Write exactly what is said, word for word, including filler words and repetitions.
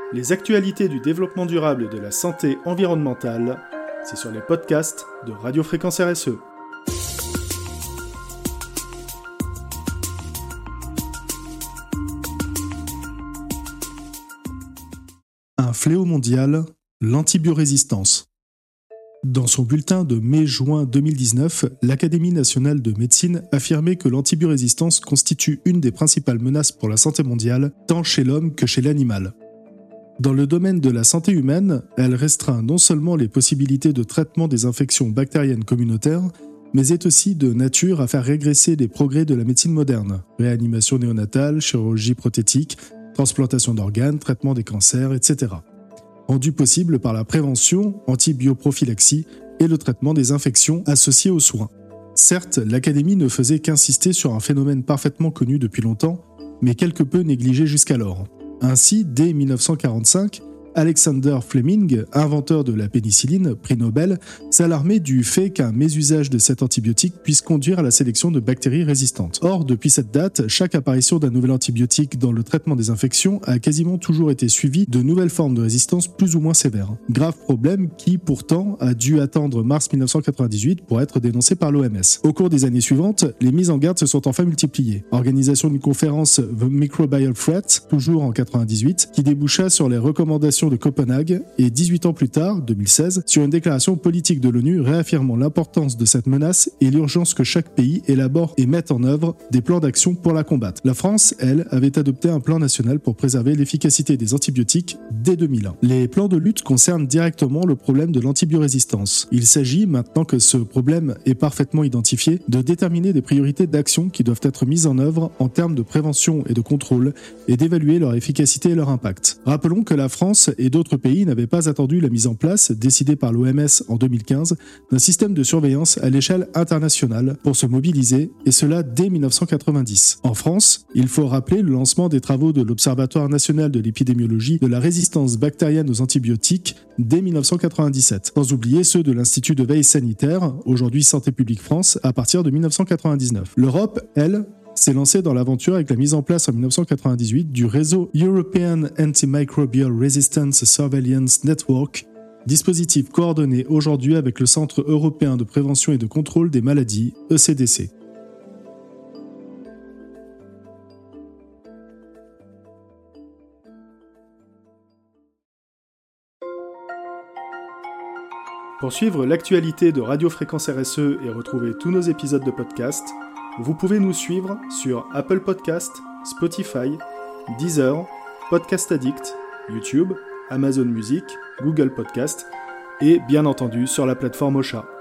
Les actualités du développement durable et de la santé environnementale, c'est sur les podcasts de Radio Fréquence R S E. Un fléau mondial, l'antibiorésistance. Dans son bulletin de mai-juin deux mille dix-neuf, l'Académie nationale de médecine affirmait que l'antibiorésistance constitue une des principales menaces pour la santé mondiale, tant chez l'homme que chez l'animal. Dans le domaine de la santé humaine, elle restreint non seulement les possibilités de traitement des infections bactériennes communautaires, mais est aussi de nature à faire régresser les progrès de la médecine moderne, réanimation néonatale, chirurgie prothétique, transplantation d'organes, traitement des cancers, et cetera. Rendu possible par la prévention, antibioprophylaxie et le traitement des infections associées aux soins. Certes, l'Académie ne faisait qu'insister sur un phénomène parfaitement connu depuis longtemps, mais quelque peu négligé jusqu'alors. Ainsi, dès dix-neuf cent quarante-cinq, Alexander Fleming, inventeur de la pénicilline, prix Nobel, s'alarmait du fait qu'un mésusage de cet antibiotique puisse conduire à la sélection de bactéries résistantes. Or, depuis cette date, chaque apparition d'un nouvel antibiotique dans le traitement des infections a quasiment toujours été suivie de nouvelles formes de résistance plus ou moins sévères. Grave problème qui, pourtant, a dû attendre mars dix-neuf cent quatre-vingt-dix-huit pour être dénoncé par l'O M S. Au cours des années suivantes, les mises en garde se sont enfin multipliées. Organisation d'une conférence The Microbial Threat, toujours en quatre-vingt-dix-huit, qui déboucha sur les recommandations de Copenhague et dix-huit ans plus tard, deux mille seize, sur une déclaration politique de l'ONU réaffirmant l'importance de cette menace et l'urgence que chaque pays élabore et mette en œuvre des plans d'action pour la combattre. La France, elle, avait adopté un plan national pour préserver l'efficacité des antibiotiques dès deux mille un. Les plans de lutte concernent directement le problème de l'antibiorésistance. Il s'agit, maintenant que ce problème est parfaitement identifié, de déterminer des priorités d'action qui doivent être mises en œuvre en termes de prévention et de contrôle et d'évaluer leur efficacité et leur impact. Rappelons que la France et d'autres pays n'avaient pas attendu la mise en place, décidée par l'O M S en deux mille quinze, d'un système de surveillance à l'échelle internationale pour se mobiliser, et cela dès dix-neuf cent quatre-vingt-dix. En France, il faut rappeler le lancement des travaux de l'Observatoire national de l'épidémiologie de la résistance bactérienne aux antibiotiques dès dix-neuf cent quatre-vingt-dix-sept, sans oublier ceux de l'Institut de veille sanitaire, aujourd'hui Santé publique France, à partir de dix-neuf cent quatre-vingt-dix-neuf. L'Europe, elle, s'est lancé dans l'aventure avec la mise en place en dix-neuf cent quatre-vingt-dix-huit du réseau European Antimicrobial Resistance Surveillance Network, dispositif coordonné aujourd'hui avec le Centre européen de prévention et de contrôle des maladies, E C D C. Pour suivre l'actualité de Radio Fréquence R S E et retrouver tous nos épisodes de podcast, vous pouvez nous suivre sur Apple Podcast, Spotify, Deezer, Podcast Addict, YouTube, Amazon Music, Google Podcast et bien entendu sur la plateforme Ocha.